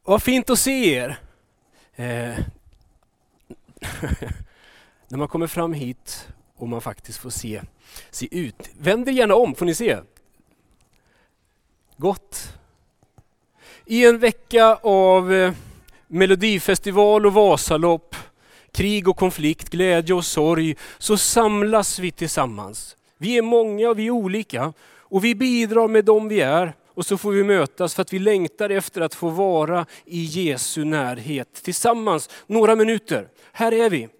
Vad fint att se er. När man kommer fram hit och man faktiskt får se ut. Vänd er gärna om, får ni se. Gott. I en vecka av Melodifestival och Vasalopp, krig och konflikt, glädje och sorg, så samlas vi tillsammans. Vi är många och vi är olika och vi bidrar med dem vi är. Och så får vi mötas för att vi längtar efter att få vara i Jesu närhet tillsammans några minuter. Här är vi.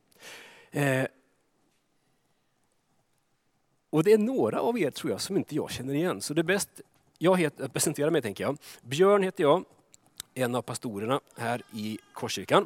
Och det är några av er tror jag som inte jag känner igen. Så det är bäst jag presenterar mig tänker jag. Björn heter jag, en av pastorerna här i Korskyrkan.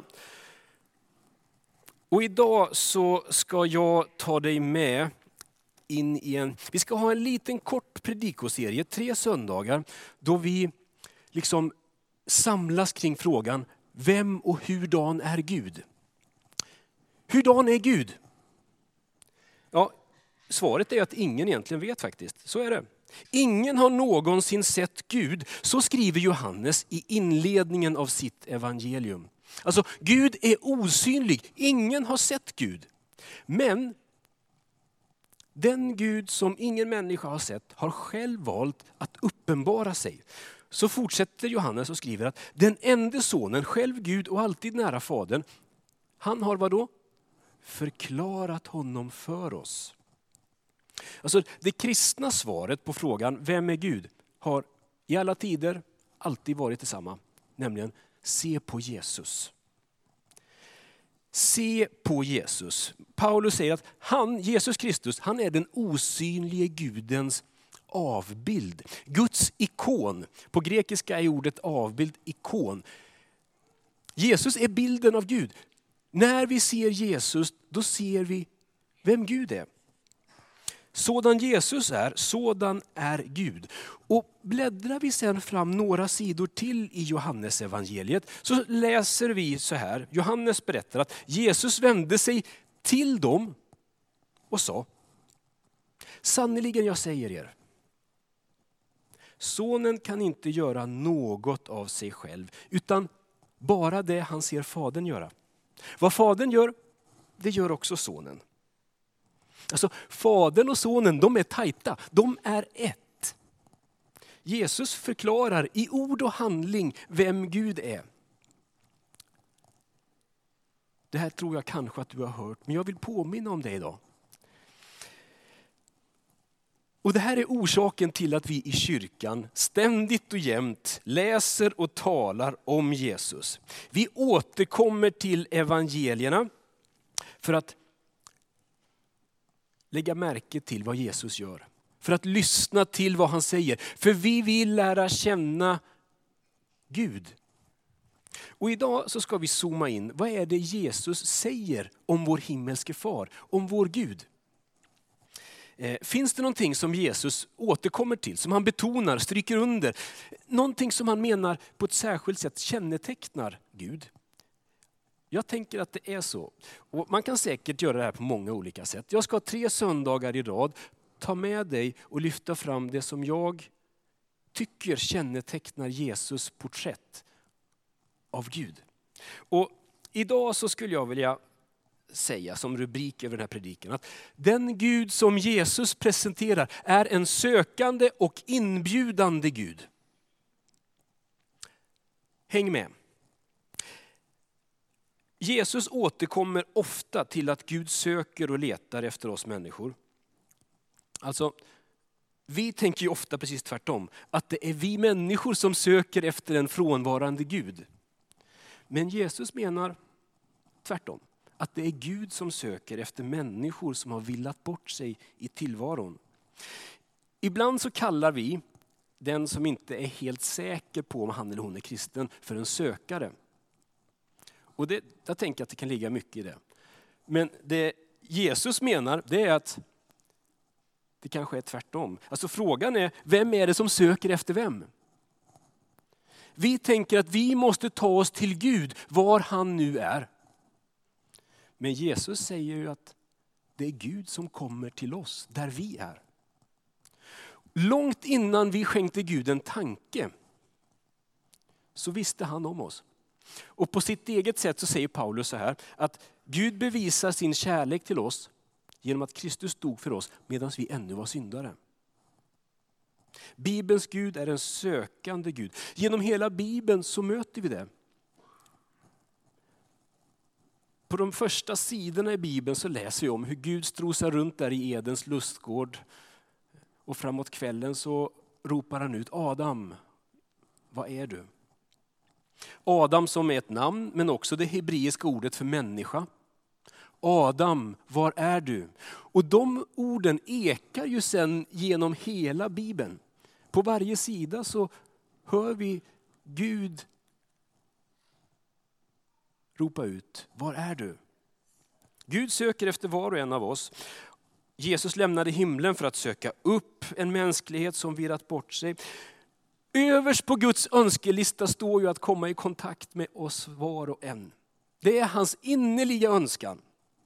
Och idag så ska jag ta dig med in i vi ska ha en liten kort predikoserie, 3 söndagar, då vi liksom samlas kring frågan, vem och hurdan är Gud? Hurdan är Gud? Ja, svaret är att ingen egentligen vet faktiskt, så är det. Ingen har någonsin sett Gud, så skriver Johannes i inledningen av sitt evangelium. Alltså Gud är osynlig, ingen har sett Gud. Men den Gud som ingen människa har sett har själv valt att uppenbara sig. Så fortsätter Johannes och skriver att den enda sonen, själv Gud och alltid nära fadern, han har vad då? Förklarat honom för oss. Alltså det kristna svaret på frågan, vem är Gud? Har i alla tider alltid varit detsamma. Nämligen, se på Jesus. Se på Jesus. Paulus säger att Jesus Kristus, han är den osynlige Gudens avbild. Guds ikon. På grekiska är ordet avbild ikon. Jesus är bilden av Gud. När vi ser Jesus, då ser vi vem Gud är. Sådan Jesus är, sådan är Gud. Och bläddrar vi sen fram några sidor till i Johannes evangeliet så läser vi så här. Johannes berättar att Jesus vände sig till dem och sa: sannoliken jag säger er, sonen kan inte göra något av sig själv utan bara det han ser fadern göra. Vad fadern gör, det gör också sonen. Alltså fadern och sonen, de är tajta, de är ett. Jesus förklarar i ord och handling vem Gud är. Det här tror jag kanske att du har hört, men jag vill påminna om det idag. Och det här är orsaken till att vi i kyrkan ständigt och jämt läser och talar om Jesus. Vi återkommer till evangelierna för att lägga märke till vad Jesus gör. För att lyssna till vad han säger. För vi vill lära känna Gud. Och idag så ska vi zooma in. Vad är det Jesus säger om vår himmelske far? Om vår Gud? Finns det någonting som Jesus återkommer till? Som han betonar, stryker under? Någonting som han menar på ett särskilt sätt kännetecknar Gud? Jag tänker att det är så. Och man kan säkert göra det här på många olika sätt. Jag ska 3 söndagar i rad ta med dig och lyfta fram det som jag tycker kännetecknar Jesus porträtt av Gud. Och idag så skulle jag vilja säga som rubrik över den här predikan att den Gud som Jesus presenterar är en sökande och inbjudande Gud. Häng med. Jesus återkommer ofta till att Gud söker och letar efter oss människor. Alltså, vi tänker ju ofta precis tvärtom. Att det är vi människor som söker efter en frånvarande Gud. Men Jesus menar tvärtom. Att det är Gud som söker efter människor som har villat bort sig i tillvaron. Ibland så kallar vi den som inte är helt säker på om han eller hon är kristen för en sökare. Och jag tänker att det kan ligga mycket i det. Men det Jesus menar, det är att det kanske är tvärtom. Alltså frågan är, vem är det som söker efter vem? Vi tänker att vi måste ta oss till Gud, var han nu är. Men Jesus säger ju att det är Gud som kommer till oss, där vi är. Långt innan vi skänkte Gud en tanke så visste han om oss. Och på sitt eget sätt så säger Paulus så här, att Gud bevisar sin kärlek till oss genom att Kristus dog för oss medan vi ännu var syndare. Bibelns Gud är en sökande Gud. Genom hela Bibeln så möter vi det. På de första sidorna i Bibeln så läser vi om hur Gud strosar runt där i Edens lustgård. Och framåt kvällen så ropar han ut: Adam, vad är du? Adam som är ett namn, men också det hebreiska ordet för människa. Adam, var är du? Och de orden ekar ju sen genom hela Bibeln. På varje sida så hör vi Gud ropa ut: var är du? Gud söker efter var och en av oss. Jesus lämnade himlen för att söka upp en mänsklighet som virrat bort sig. Överst på Guds önskelista står ju att komma i kontakt med oss var och en. Det är hans innerliga önskan.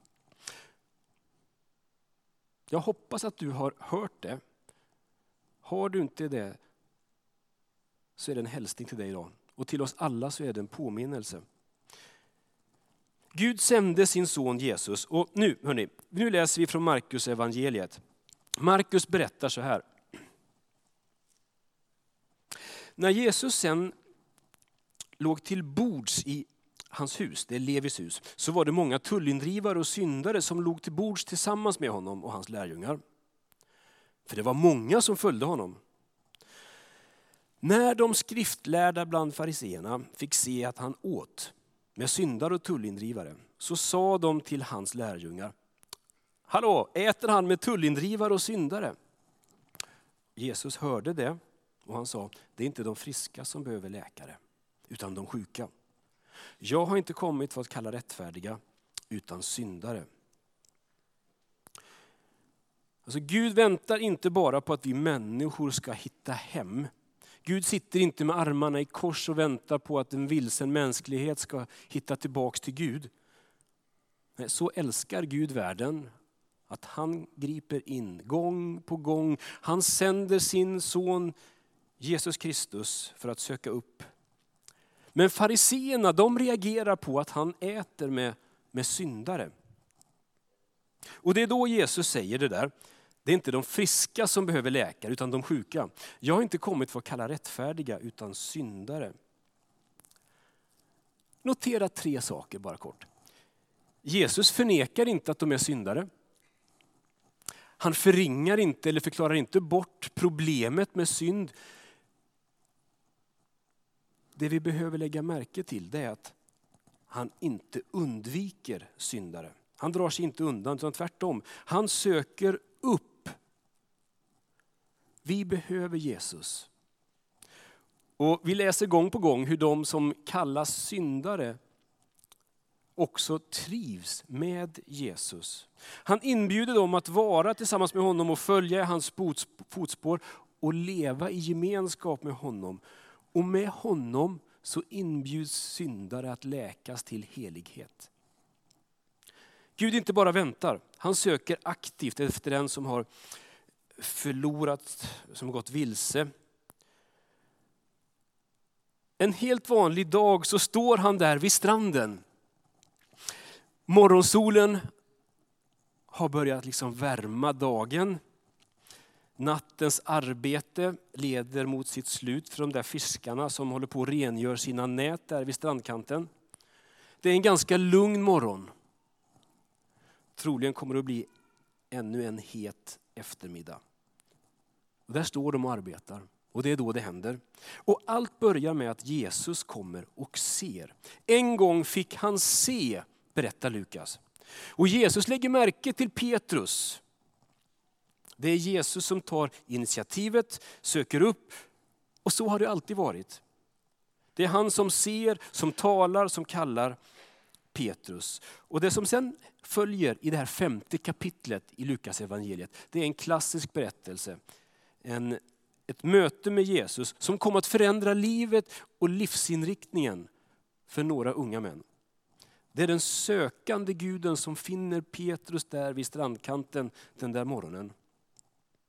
Jag hoppas att du har hört det. Har du inte det så är det en hälsning till dig idag. Och till oss alla så är det en påminnelse. Gud sände sin son Jesus. Och nu läser vi från Markus evangeliet. Markus berättar så här. När Jesus sen låg till bords i hans hus, det är Levis hus, så var det många tullindrivare och syndare som låg till bords tillsammans med honom och hans lärjungar. För det var många som följde honom. När de skriftlärda bland fariseerna fick se att han åt med syndare och tullindrivare, så sa de till hans lärjungar: Hallå, äter han med tullindrivare och syndare? Jesus hörde det och han sa: det är inte de friska som behöver läkare, utan de sjuka. Jag har inte kommit för att kalla rättfärdiga, utan syndare. Alltså Gud väntar inte bara på att vi människor ska hitta hem. Gud sitter inte med armarna i kors och väntar på att en vilsen mänsklighet ska hitta tillbaks till Gud. Nej, så älskar Gud världen att han griper in gång på gång. Han sänder sin son Jesus Kristus för att söka upp. Men fariseerna, de reagerar på att han äter med syndare. Och det är då Jesus säger det där. Det är inte de friska som behöver läkare utan de sjuka. Jag har inte kommit för att kalla rättfärdiga utan syndare. Notera 3 saker bara kort. Jesus förnekar inte att de är syndare. Han förringar inte eller förklarar inte bort problemet med synd. Det vi behöver lägga märke till det är att han inte undviker syndare. Han drar sig inte undan utan tvärtom. Han söker upp. Vi behöver Jesus. Och vi läser gång på gång hur de som kallas syndare också trivs med Jesus. Han inbjuder dem att vara tillsammans med honom och följa hans fotspår och leva i gemenskap med honom. Och med honom så inbjuds syndare att läkas till helighet. Gud inte bara väntar, han söker aktivt efter den som har förlorat, som har gått vilse. En helt vanlig dag så står han där vid stranden. Morgonsolen har börjat liksom värma dagen. Nattens arbete leder mot sitt slut för de där fiskarna som håller på att rengöra sina nät där vid strandkanten. Det är en ganska lugn morgon. Troligen kommer det att bli ännu en het eftermiddag. Och där står de och arbetar. Och det är då det händer. Och allt börjar med att Jesus kommer och ser. En gång fick han se, berättar Lukas. Och Jesus lägger märke till Petrus. Det är Jesus som tar initiativet, söker upp. Och så har det alltid varit. Det är han som ser, som talar, som kallar Petrus. Och det som sen följer i det här 5:e kapitlet i Lukas evangeliet, det är en klassisk berättelse. Ett möte med Jesus som kommer att förändra livet och livsinriktningen för några unga män. Det är den sökande guden som finner Petrus där vid strandkanten den där morgonen.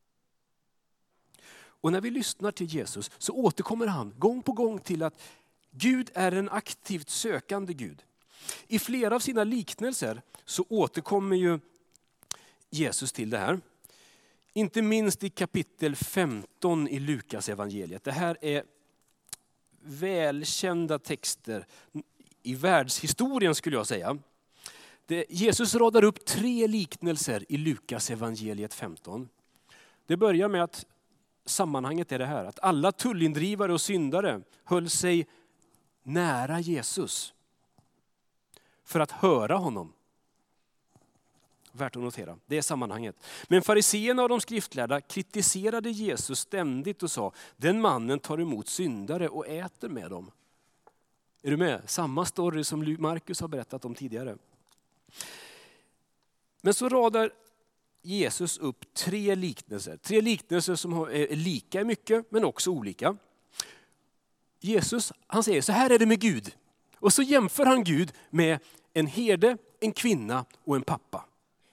Och när vi lyssnar till Jesus så återkommer han gång på gång till att Gud är en aktivt sökande Gud. I flera av sina liknelser så återkommer ju Jesus till det här. Inte minst i kapitel 15 i Lukas evangeliet. Det här är välkända texter i världshistorien skulle jag säga. Jesus radar upp 3 liknelser i Lukas evangeliet 15. Det börjar med att sammanhanget är det här, att alla tullindrivare och syndare höll sig nära Jesus för att höra honom. Värt att notera, det är sammanhanget. Men fariseerna och de skriftlärda kritiserade Jesus ständigt och sa, den mannen tar emot syndare och äter med dem. Är du med? Samma story som Markus har berättat om tidigare. Men så radar Jesus upp 3 liknelser. 3 liknelser som är lika i mycket men också olika. Jesus, han säger så här är det med Gud. Och så jämför han Gud med en herde, en kvinna och en pappa.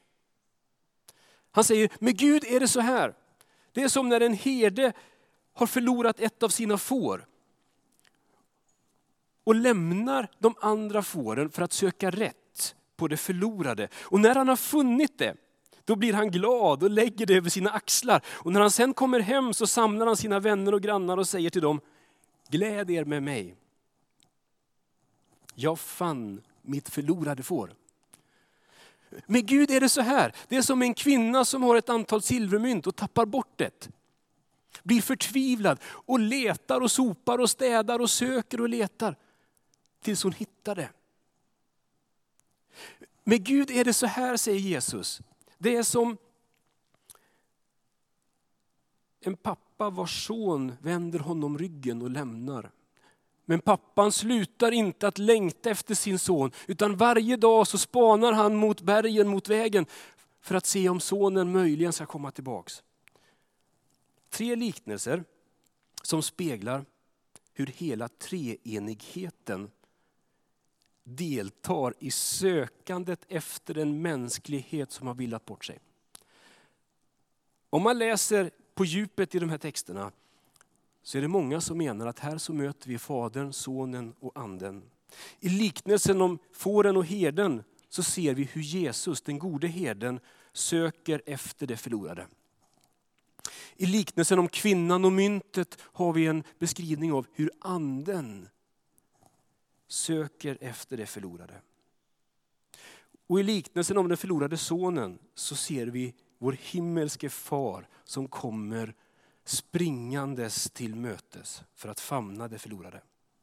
Han säger, med Gud är det så här. Det är som när en herde har förlorat ett av sina får. Och lämnar de andra fåren för att söka rätt på det förlorade. Och när han har funnit det, då blir han glad och lägger det över sina axlar. Och när han sen kommer hem så samlar han sina vänner och grannar och säger till dem, gläd er med mig. Jag fann mitt förlorade får. Med Gud är det så här. Det är som en kvinna som har ett antal silvermynt och tappar bort det. Blir förtvivlad och letar och sopar och städar och söker och letar. Tills hon hittar det. Med Gud är det så här, säger Jesus. Det är som en pappa vars son vänder honom ryggen och lämnar. Men pappan slutar inte att längta efter sin son, utan varje dag så spanar han mot bergen, mot vägen, för att se om sonen möjligen ska komma tillbaks. 3 liknelser som speglar hur hela treenigheten deltar i sökandet efter en mänsklighet som har villat bort sig. Om man läser på djupet i de här texterna så är det många som menar att här så möter vi Fadern, Sonen och Anden. I liknelsen om fåren och herden så ser vi hur Jesus, den gode herden, söker efter det förlorade. I liknelsen om kvinnan och myntet har vi en beskrivning av hur Anden söker efter det förlorade. Och i liknelsen om den förlorade sonen så ser vi vår himmelske far som kommer springandes till mötes för att famna det förlorade.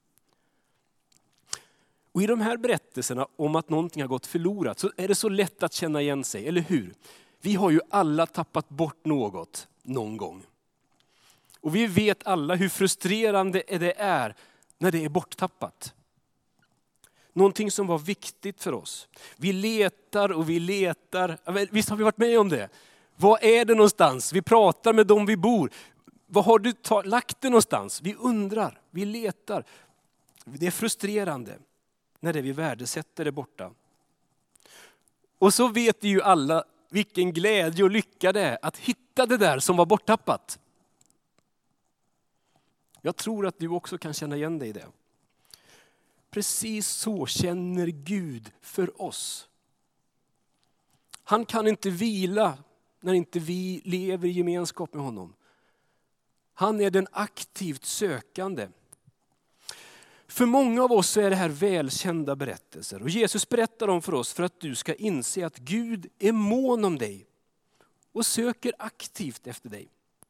Och i de här berättelserna om att någonting har gått förlorat så är det så lätt att känna igen sig, eller hur? Vi har ju alla tappat bort något någon gång. Och vi vet alla hur frustrerande det är när det är borttappat. Någonting som var viktigt för oss. Vi letar och vi letar. Visst har vi varit med om det? Var är det någonstans? Vi pratar med dem vi bor. Var har du lagt det någonstans? Vi undrar, vi letar. Det är frustrerande när det vi värdesätter är borta. Och så vet vi ju alla vilken glädje och lycka det är att hitta det där som var borttappat. Jag tror att du också kan känna igen dig i det. Precis så känner Gud för oss. Han kan inte vila när inte vi lever i gemenskap med honom. Han är den aktivt sökande. För många av oss är det här välkända berättelser. Och Jesus berättar dem för oss för att du ska inse att Gud är mån om dig. Och söker aktivt efter dig.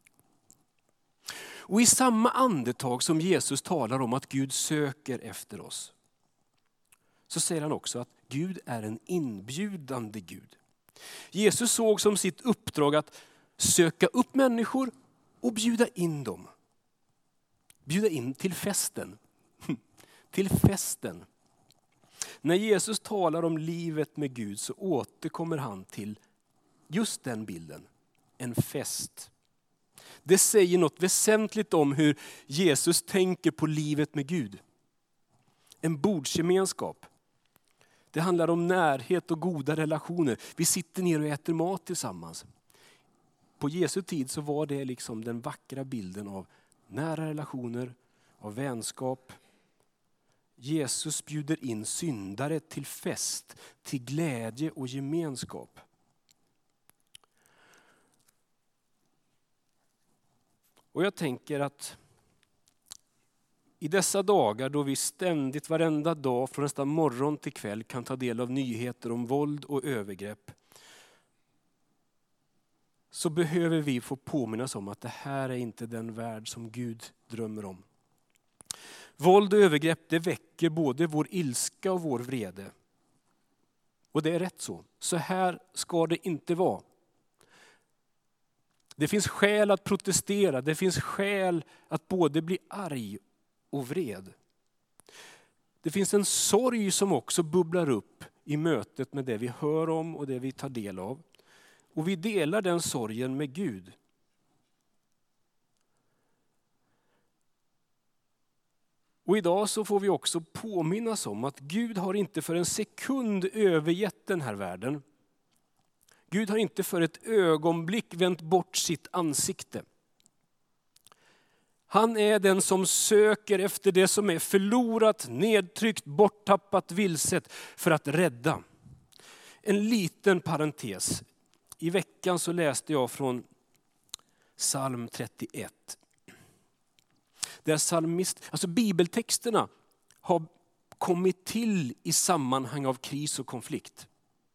Och i samma andetag som Jesus talar om att Gud söker efter oss. Så säger han också att Gud är en inbjudande Gud. Jesus såg som sitt uppdrag att söka upp människor och bjuda in dem. Bjuda in till festen. Till festen. När Jesus talar om livet med Gud så återkommer han till just den bilden. En fest. Det säger något väsentligt om hur Jesus tänker på livet med Gud. En bordsgemenskap. Det handlar om närhet och goda relationer. Vi sitter ner och äter mat tillsammans. På Jesu tid så var det liksom den vackra bilden av nära relationer, av vänskap. Jesus bjuder in syndare till fest, till glädje och gemenskap. Och jag tänker att i dessa dagar då vi ständigt varenda dag från nästan morgon till kväll kan ta del av nyheter om våld och övergrepp, så behöver vi få påminnas om att det här är inte den värld som Gud drömmer om. Våld och övergrepp, det väcker både vår ilska och vår vrede. Och det är rätt så. Så här ska det inte vara. Det finns skäl att protestera. Det finns skäl att både bli arg och vred. Det finns en sorg som också bubblar upp i mötet med det vi hör om och det vi tar del av. Och vi delar den sorgen med Gud. Och idag så får vi också påminnas om att Gud har inte för en sekund övergett den här världen. Gud har inte för ett ögonblick vänt bort sitt ansikte. Han är den som söker efter det som är förlorat, nedtryckt, borttappat, vilset för att rädda. En liten parentes. I veckan så läste jag från Psalm 31. Där bibeltexterna har kommit till i sammanhang av kris och konflikt.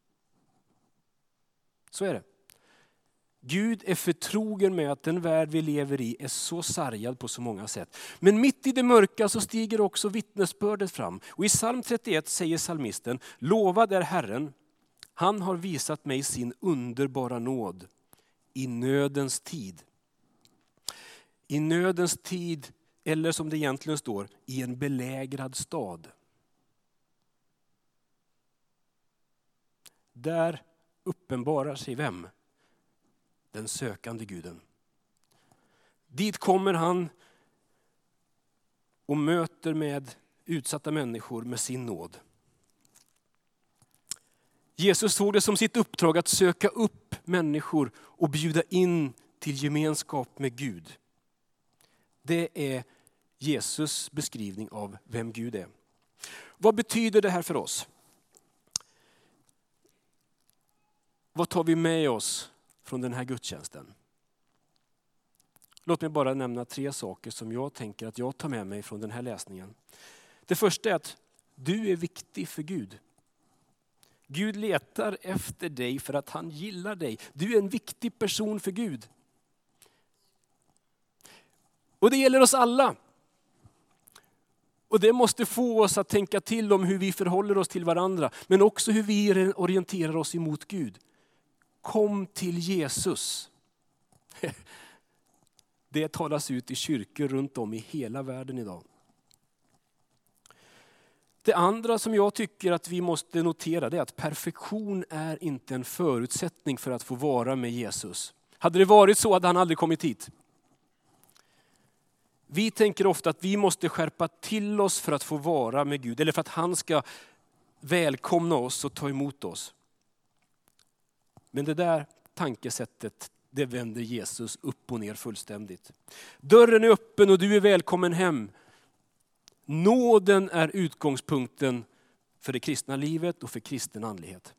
Så är det. Gud är förtrogen med att den värld vi lever i är så sargad på så många sätt. Men mitt i det mörka så stiger också vittnesbördet fram. Och i psalm 31 säger psalmisten: lovad är Herren, han har visat mig sin underbara nåd i nödens tid. I nödens tid, eller som det egentligen står, i en belägrad stad. Där uppenbarar sig vem? Den sökande guden. Dit kommer han och möter med utsatta människor med sin nåd. Jesus såg det som sitt uppdrag att söka upp människor och bjuda in till gemenskap med Gud. Det är Jesus beskrivning av vem Gud är. Vad betyder det här för oss? Vad tar vi med oss från den här gudstjänsten? Låt mig bara nämna 3 saker som jag tänker att jag tar med mig från den här läsningen. Det första är att du är viktig för Gud. Gud letar efter dig för att han gillar dig. Du är en viktig person för Gud. Och det gäller oss alla. Och det måste få oss att tänka till om hur vi förhåller oss till varandra. Men också hur vi orienterar oss emot Gud. Kom till Jesus. Det talas ut i kyrkor runt om i hela världen idag. Det andra som jag tycker att vi måste notera, det är att perfektion är inte en förutsättning för att få vara med Jesus. Hade det varit så hade han aldrig kommit hit. Vi tänker ofta att vi måste skärpa till oss för att få vara med Gud. Eller för att han ska välkomna oss och ta emot oss. Men det där tankesättet, det vänder Jesus upp och ner fullständigt. Dörren är öppen och du är välkommen hem. Nåden är utgångspunkten för det kristna livet och för kristen andlighet.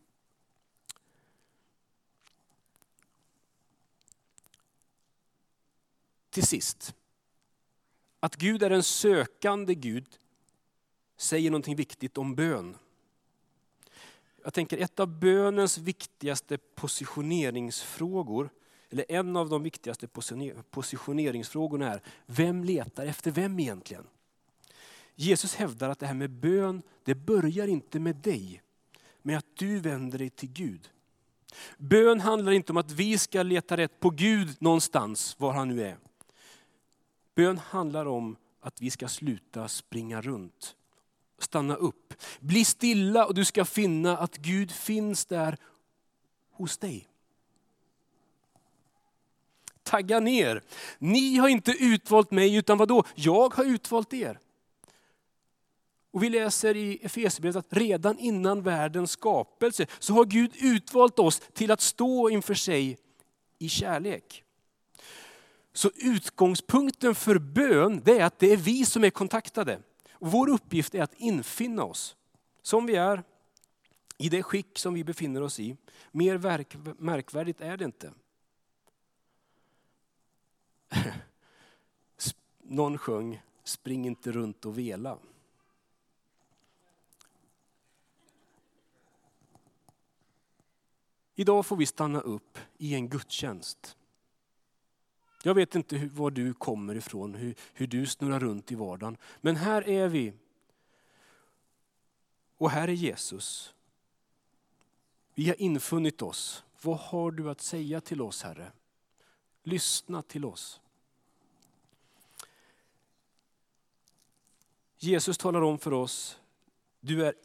Till sist, att Gud är en sökande Gud säger någonting viktigt om bön. Jag tänker ett av bönens viktigaste positioneringsfrågor, eller en av de viktigaste positioneringsfrågorna är: vem letar efter vem egentligen? Jesus hävdar att det här med bön, det börjar inte med dig, med att du vänder dig till Gud. Bön handlar inte om att vi ska leta rätt på Gud någonstans, var han nu är. Bön handlar om att vi ska sluta springa runt. Stanna upp. Bli stilla och du ska finna att Gud finns där hos dig. Tagga ner. Ni har inte utvalt mig, utan vadå? Jag har utvalt er. Och vi läser i Efesierbrevet att redan innan världens skapelse så har Gud utvalt oss till att stå inför sig i kärlek. Så utgångspunkten för bön, det är att det är vi som är kontaktade. Och vår uppgift är att infinna oss som vi är, i det skick som vi befinner oss i. Mer märkvärdigt är det inte. Någon sjöng, spring inte runt och vela. Idag får vi stanna upp i en gudstjänst. Jag vet inte var du kommer ifrån, hur du snurrar runt i vardagen. Men här är vi. Och här är Jesus. Vi har infunnit oss. Vad har du att säga till oss, Herre? Lyssna till oss. Jesus talar om för oss, du är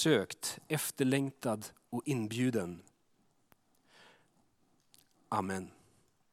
eftersökt, efterlängtad och inbjuden. Amen.